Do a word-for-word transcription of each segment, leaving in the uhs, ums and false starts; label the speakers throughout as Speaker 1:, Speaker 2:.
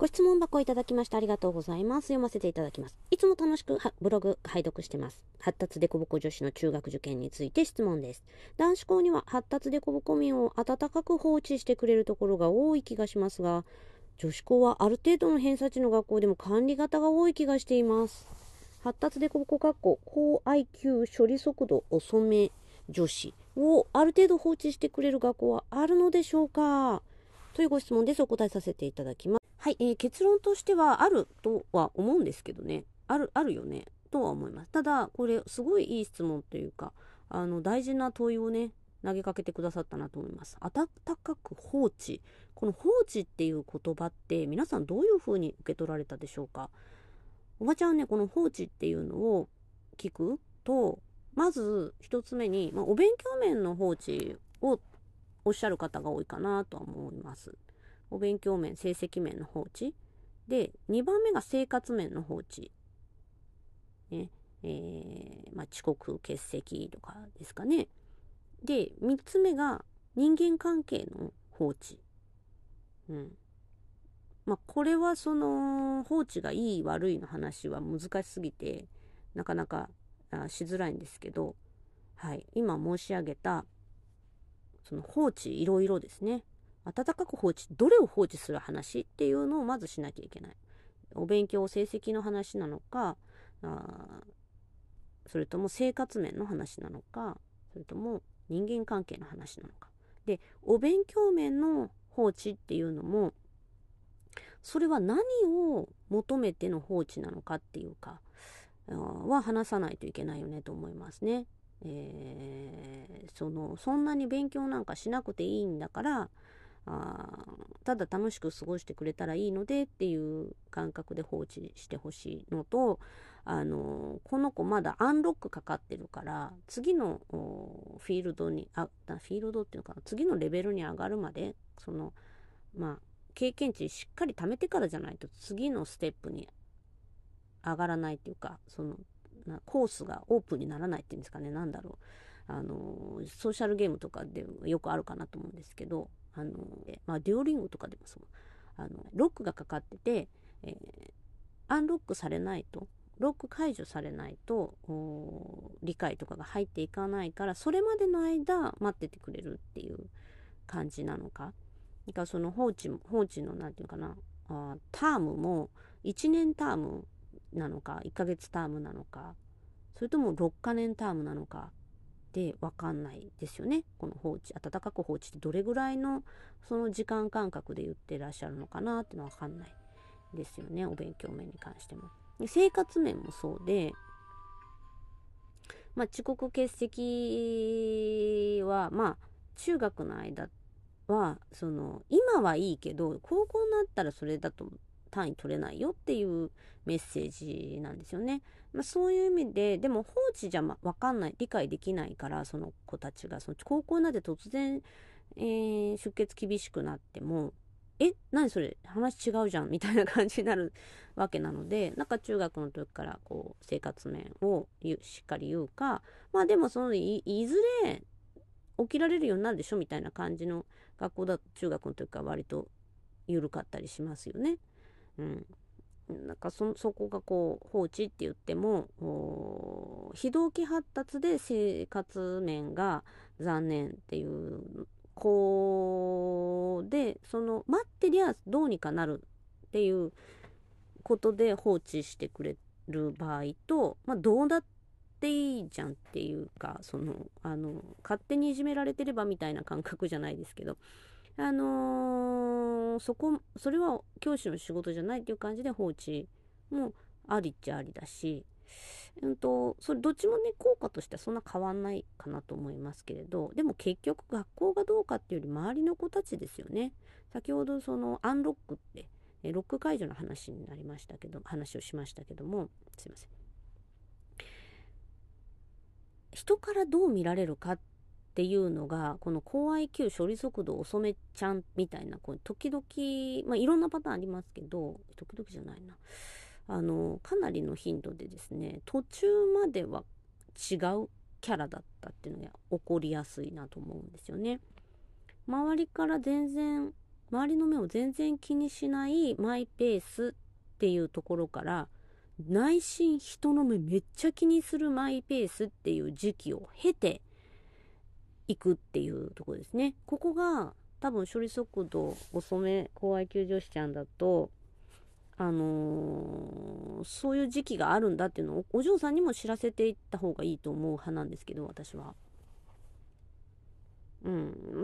Speaker 1: ご質問箱いただきましてありがとうございます。読ませていただきます。いつも楽しくブログ拝読してます。発達デコボコ女子の中学受験について質問です。男子校には発達デコボコ民を温かく放置してくれるところが多い気がしますが、女子校はある程度の偏差値の学校でも管理型が多い気がしています。発達デコボコ学校高 アイキュー 処理速度遅め女子をある程度放置してくれる学校はあるのでしょうか、というご質問です。お答えさせていただきます。はい、えー、結論としてはあるとは思うんですけどね。ある、あるよね。とは思います。ただ、これすごいいい質問というか、あの、大事な問いをね、投げかけてくださったなと思います。温かく放置。この放置っていう言葉って皆さんどういうふうに受け取られたでしょうか。おばちゃんはね、この放置っていうのを聞くと、まず一つ目に、まあ、お勉強面の放置をおっしゃる方が多いかなとは思います。お勉強面、成績面の放置。で、にばんめが生活面の放置。ね。えー、まあ、遅刻、欠席とかですかね。で、みっつめが人間関係の放置。うん。まあ、これはその放置がいい悪いの話は難しすぎて、なかなかしづらいんですけど、はい。今申し上げた、その放置いろいろですね。温かく放置、どれを放置する話っていうのをまずしなきゃいけない。お勉強成績の話なのか、あそれとも生活面の話なのか、それとも人間関係の話なのか。で、お勉強面の放置っていうのも、それは何を求めての放置なのかっていうか、は話さないといけないよねと思いますね。えー、そのそんなに勉強なんかしなくていいんだからあただ楽しく過ごしてくれたらいいのでっていう感覚で放置してほしいのと、あのこの子まだアンロックかかってるから次のフィールドにあフィールドっていうのかな、次のレベルに上がるまでそのまあ経験値しっかり貯めてからじゃないと次のステップに上がらないっていうか、そのコースがオープンにならないっていうんですかね、なんだろう、あのソーシャルゲームとかでよくあるかなと思うんですけど、あのまあデュオリンゴとかでもそう、あのロックがかかってて、えー、アンロックされないと、ロック解除されないと理解とかが入っていかないから、それまでの間待っててくれるっていう感じなのか。だからその放置放置のなんていうかな、あタームもいちねんタームなのかいっかげつタームなのか、それともろっかねんタームなのかで分かんないですよね。この放置、温かく放置ってどれぐらいのその時間感覚で言ってらっしゃるのかなっていうのは分かんないですよね、お勉強面に関しても。で生活面もそうで、まあ、遅刻欠席はまあ中学の間はその今はいいけど高校になったらそれだと単位取れないよっていうメッセージなんですよね。まあ、そういう意味ででも放置じゃ、ま、分かんない理解できないから、その子たちがその高校になって突然、えー、出欠厳しくなってもえ何それ話違うじゃんみたいな感じになるわけなので、なんか中学の時からこう生活面をしっかり言うか、まあでもその い, いずれ起きられるようになるでしょみたいな感じの学校だと中学の時から割と緩かったりしますよね。うん。なんか そ, そこがこう放置って言っても非同期発達で生活面が残念っていう子で、その待ってりゃどうにかなるっていうことで放置してくれる場合と、まあ、どうだっていいじゃんっていうか、そのあの勝手にいじめられてればみたいな感覚じゃないですけど、あのー、そこそれは教師の仕事じゃないっていう感じで放置もありっちゃありだし、うんとそれどっちもね効果としてはそんな変わんないかなと思いますけれど、でも結局学校がどうかっていうより周りの子たちですよね。先ほどそのアンロックってロック解除の話になりましたけど話をしましたけども、すいません、人からどう見られるかっていうのがこの高 アイキュー 処理速度遅めちゃんみたいな、こう時々、まあ、いろんなパターンありますけど、時々じゃないな、あのかなりの頻度でですね、途中までは違うキャラだったっていうのが起こりやすいなと思うんですよね。周りから全然周りの目を全然気にしないマイペースっていうところから、内心人の目めっちゃ気にするマイペースっていう時期を経ていくっていうところですね。ここが多分処理速度遅め高 アイキュー 女子ちゃんだと、あのー、そういう時期があるんだっていうのをお嬢さんにも知らせていった方がいいと思う派なんですけど、私は。うん、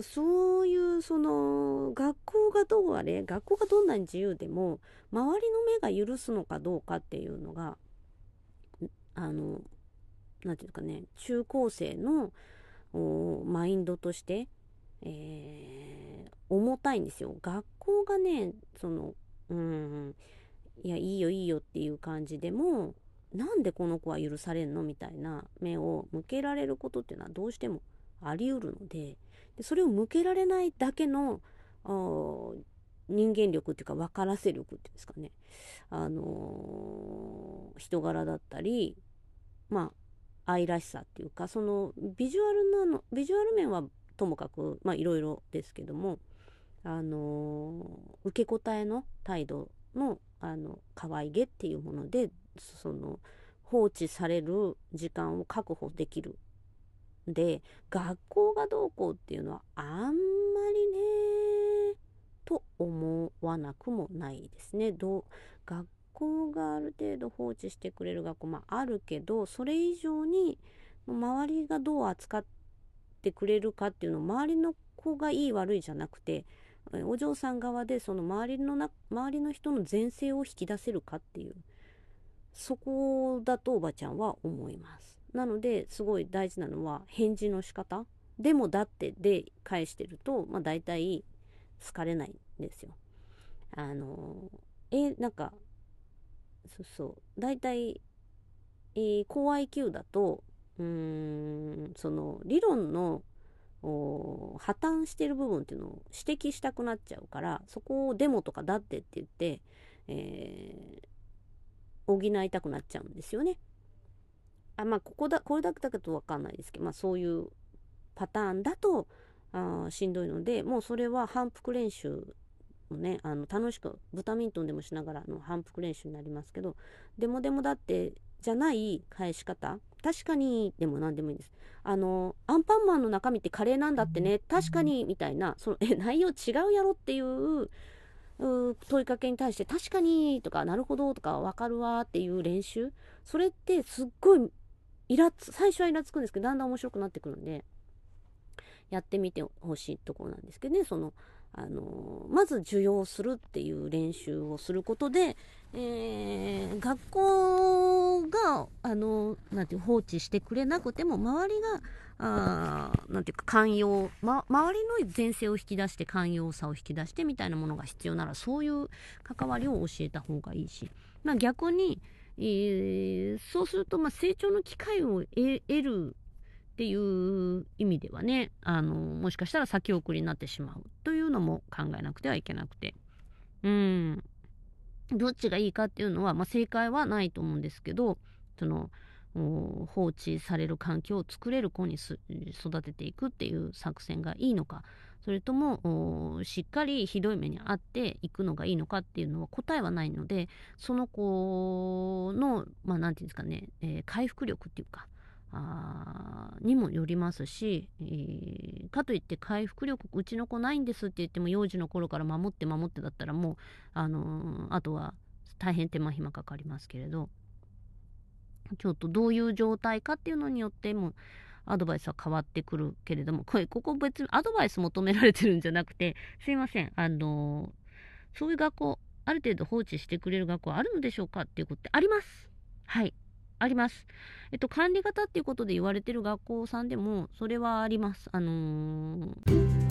Speaker 1: そういうその学校がどうあれ学校がどんなに自由でも周りの目が許すのかどうかっていうのが、あのなんていうかね、中高生のマインドとして、えー、重たいんですよ。学校がね、そのうんいやいいよいいよっていう感じでも、なんでこの子は許されんのみたいな目を向けられることっていうのはどうしてもあり得るので、でそれを向けられないだけの人間力っていうか分からせ力っていうんですかね、あのー、人柄だったり、まあ愛らしさっていうか、そのビジュアルなのビジュアル面はともかくまあいろいろですけども、あのー、受け答えの態度のあの可愛げっていうもので、その放置される時間を確保できる。で、学校がどうこうっていうのはあんまりねと思わなくもないですね。どう学校がある程度放置してくれる学校もあるけど、それ以上に周りがどう扱ってくれるかっていうのを、周りの子がいい悪いじゃなくて、お嬢さん側でその周りのな周りの人の善性を引き出せるかっていう、そこだとおばちゃんは思います。なのですごい大事なのは返事の仕方でも、だってで返してると、まあ、大体好かれないんですよ。あのえなんかそうそう大体、えー、高 アイキュー だとうーんその理論の破綻してる部分っていうのを指摘したくなっちゃうから、そこをデモとかだってって言って、えー、補いたくなっちゃうんですよね。あまあここだこれだけだと分かんないですけど、まあそういうパターンだとあしんどいので、もうそれは反復練習をね、あの楽しくブタミントンでもしながらの反復練習になりますけど、でもでもだってじゃない返し方、確かにでも何でもいいです。あのアンパンマンの中身ってカレーなんだってね、確かにみたいな、そのえ内容違うやろっていう問いかけに対して確かにとかなるほどとか分かるわっていう練習、それってすっごいイラつ最初はイラつくんですけど、だんだん面白くなってくるんでやってみてほしいところなんですけどね。そのあのまず受容するっていう練習をすることで、えー、学校があのなんていう放置してくれなくても、周りがあなんていうか寛容、ま、周りの前世を引き出して寛容さを引き出してみたいなものが必要なら、そういう関わりを教えた方がいいし、まあ、逆に、えー、そうするとまあ成長の機会を得るっていう意味ではね、あのもしかしたら先送りになってしまうというのも考えなくてはいけなくて、うんどっちがいいかっていうのは、まあ、正解はないと思うんですけど、その放置される環境を作れる子に育てていくっていう作戦がいいのか、それともしっかりひどい目に遭っていくのがいいのかっていうのは答えはないので、その子のまあ何て言うんですかね、えー、回復力っていうかあにもよりますし、えー、かといって回復力うちの子ないんですって言っても、幼児の頃から守って守ってだったらもう、あのー、あとは大変手間暇かかりますけれど、ちょっとどういう状態かっていうのによってもアドバイスは変わってくるけれども、これここ別にアドバイス求められてるんじゃなくて、すいません、あのー、そういう学校ある程度放置してくれる学校あるのでしょうかっていうことってあります。はいあります。えっと、管理型っていうことで言われてる学校さんでも、それはあります。あのー、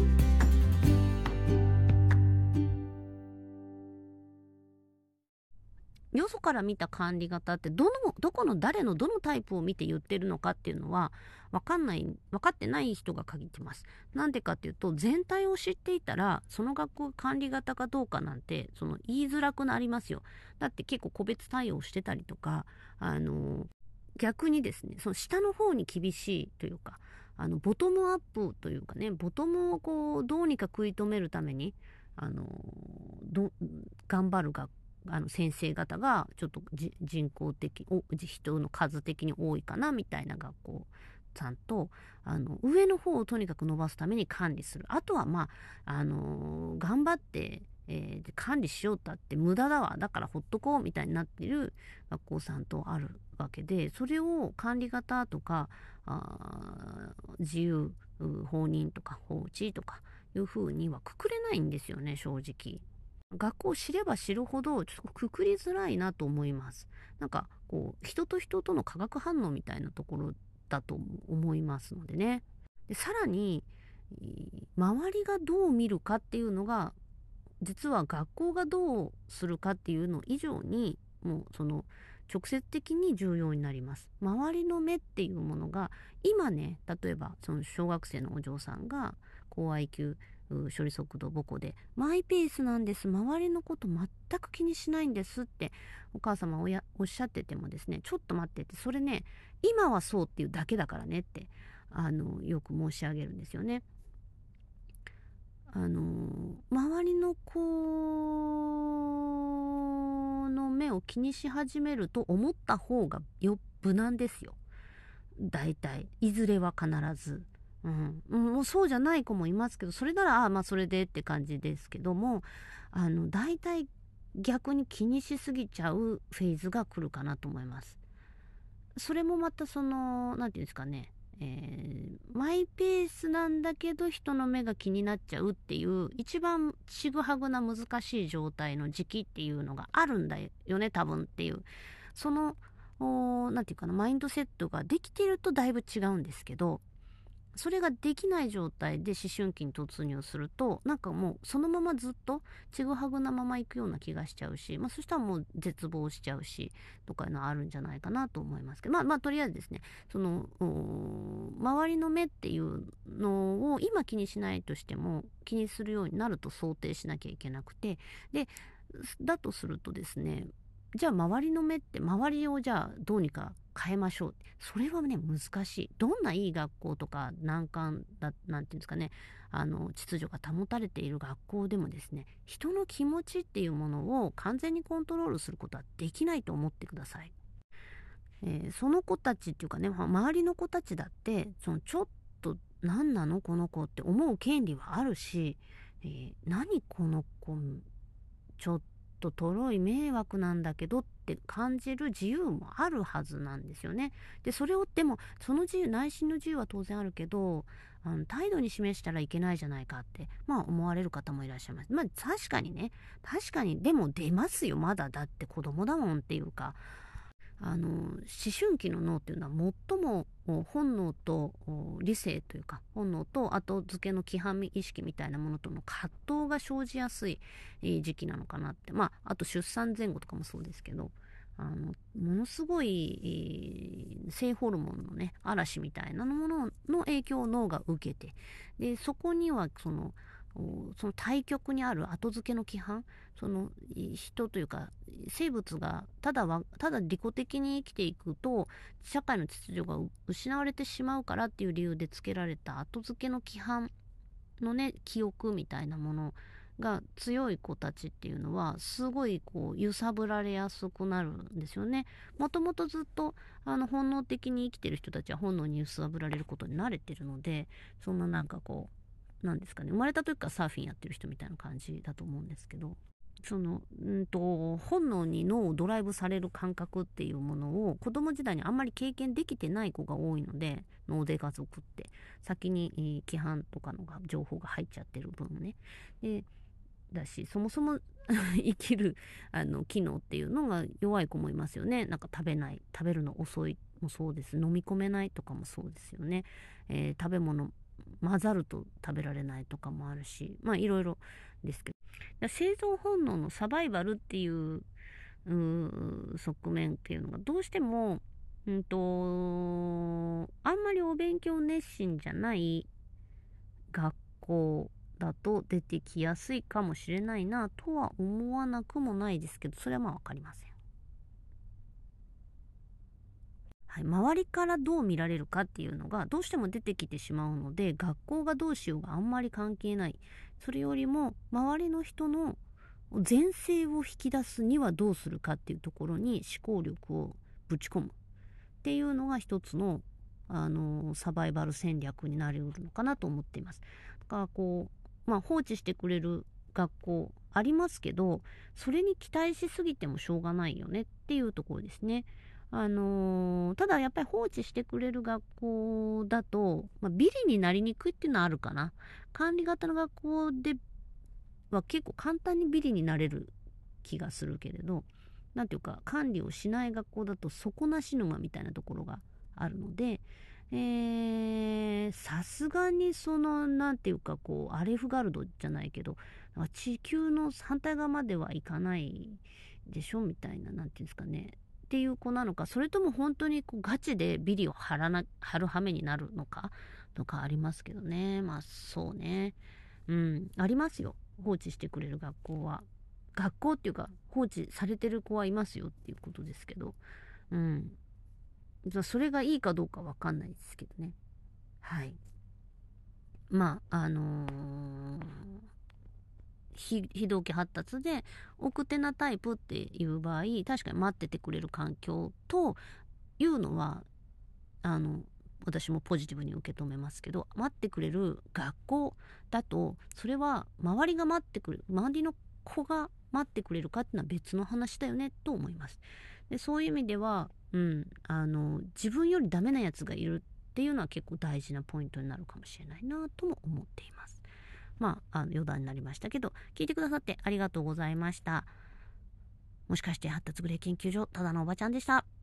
Speaker 1: よそから見た管理型って、どの、どこの誰のどのタイプを見て言ってるのかっていうのは、わかんない、分かってない人が限ってます。なんでかっていうと、全体を知っていたら、その学校管理型かどうかなんて、その言いづらくなりますよ。だって結構個別対応してたりとか、あのー、逆にですね、その下の方に厳しいというか、あのボトムアップというかね、ボトムをこうどうにか食い止めるために、 あのど頑張る学あの先生方がちょっと人口的お人の数的に多いかなみたいな学校さんと、あの上の方をとにかく伸ばすために管理する。あとはまああの頑張って、えー、管理しようったって無駄だわ、だからほっとこうみたいになってる学校さんとあるわけで、それを管理型とかあ自由放任とか放置とかいうふうにはくくれないんですよね、正直。学校を知れば知るほどちょっとくくりづらいなと思います。なんかこう人と人との化学反応みたいなところだと思いますのでね。でさらに周りがどう見るかっていうのが、実は学校がどうするかっていうの以上にもうその直接的に重要になります。周りの目っていうものが今ね、例えばその小学生のお嬢さんが高 アイキュー 処理速度母語でマイペースなんです、周りのこと全く気にしないんですってお母様おやおっしゃっててもですね、ちょっと待ってって、それね今はそうっていうだけだからねってあのよく申し上げるんですよね。あの周りの子の目を気にし始めると思った方がよ無難ですよ。大体いずれは必ず、うん、もうそうじゃない子もいますけど、それならああまあそれでって感じですけども、あの大体逆に気にしすぎちゃうフェーズが来るかなと思います。それもまたその何て言うんですかね、えー、マイペースなんだけど人の目が気になっちゃうっていう一番ちぐはぐな難しい状態の時期っていうのがあるんだよね多分っていう、その何て言うかなマインドセットができてるとだいぶ違うんですけど、それができない状態で思春期に突入するとなんかもうそのままずっとちぐはぐなままいくような気がしちゃうし、まあ、そしたらもう絶望しちゃうしとかいうのはあるんじゃないかなと思いますけど、まあまあとりあえずですね、その周りの目っていうのを今気にしないとしても気にするようになると想定しなきゃいけなくて、でだとするとですね、じゃあ周りの目って周りをじゃあどうにか変えましょう。それはね難しい。どんないい学校とか難関だなんていうんですかね、あの秩序が保たれている学校でもですね、人の気持ちっていうものを完全にコントロールすることはできないと思ってください。えー、その子たちっていうかね、周りの子たちだってそのちょっと何なのこの子って思う権利はあるし、えー、何この子ちょっととろい迷惑なんだけどって感じる自由もあるはずなんですよね。でそれをでもその自由、内心の自由は当然あるけど、あの態度に示したらいけないじゃないかってまあ思われる方もいらっしゃいます。まあ確かにね、確かにでも出ますよ、まだだって子供だもんっていうか、あの思春期の脳っていうのは最も本能と理性というか本能と後付けの規範意識みたいなものとの葛藤が生じやすい時期なのかなって、まああと出産前後とかもそうですけど、あのものすごい、えー、性ホルモンのね嵐みたいなものの影響を脳が受けて、でそこにはそのその対極にある後付けの規範、その人というか生物がただはただ利己的に生きていくと社会の秩序が失われてしまうからっていう理由でつけられた後付けの規範のね記憶みたいなものが強い子たちっていうのはすごいこう揺さぶられやすくなるんですよね。もともとずっとあの本能的に生きてる人たちは本能に揺さぶられることに慣れてるので、そんななんかこうなんですかね、生まれた時からサーフィンやってる人みたいな感じだと思うんですけど、そのうんと本能に脳をドライブされる感覚っていうものを子供時代にあんまり経験できてない子が多いので、脳で家族って先に、えー規範とかのが情報が入っちゃってる分ね、でだしそもそも生きるあの機能っていうのが弱い子もいますよね。なんか食べない、食べるの遅いもそうです、飲み込めないとかもそうですよね。えー食べ物混ざると食べられないとかもあるし、まあいろいろですけど、生存本能のサバイバルっていうう側面っていうのがどうしてもうんとあんまりお勉強熱心じゃない学校だと出てきやすいかもしれないなとは思わなくもないですけど、それはまあ分かりません。はい、周りからどう見られるかっていうのがどうしても出てきてしまうので、学校がどうしようがあんまり関係ない。 それよりも周りの人の善性を引き出すにはどうするかっていうところに思考力をぶち込むっていうのが一つの、あのサバイバル戦略になりうるのかなと思っています。だからこう、まあ、放置してくれる学校ありますけど、それに期待しすぎてもしょうがないよねっていうところですね。あのーただやっぱり放置してくれる学校だと、まあ、ビリになりにくいっていうのはあるかな。管理型の学校では結構簡単にビリになれる気がするけれど、なんていうか管理をしない学校だと底なし沼みたいなところがあるので、さすがにそのなんていうかこうアレフガルドじゃないけど、地球の反対側まではいかないでしょみたいな、なんていうんですかねっていう子なのか、それとも本当にこうガチでビリを張らな張る羽目になるのかとかありますけどね。まあそうね、うんありますよ、放置してくれる学校は。学校っていうか放置されてる子はいますよっていうことですけど、うんそれがいいかどうかわかんないですけどね。はい。まああのー非非同期発達で奥手なタイプっていう場合、確かに待っててくれる環境というのはあの私もポジティブに受け止めますけど、待ってくれる学校だとそれは周りが待ってくれる、周りの子が待ってくれるかっていうのは別の話だよねと思います。でそういう意味では、うん、あの自分よりダメなやつがいるっていうのは結構大事なポイントになるかもしれないなとも思っています。まあ、あの余談になりましたけど、聞いてくださってありがとうございました。もしかして発達グレー研究所ただのおばちゃんでした。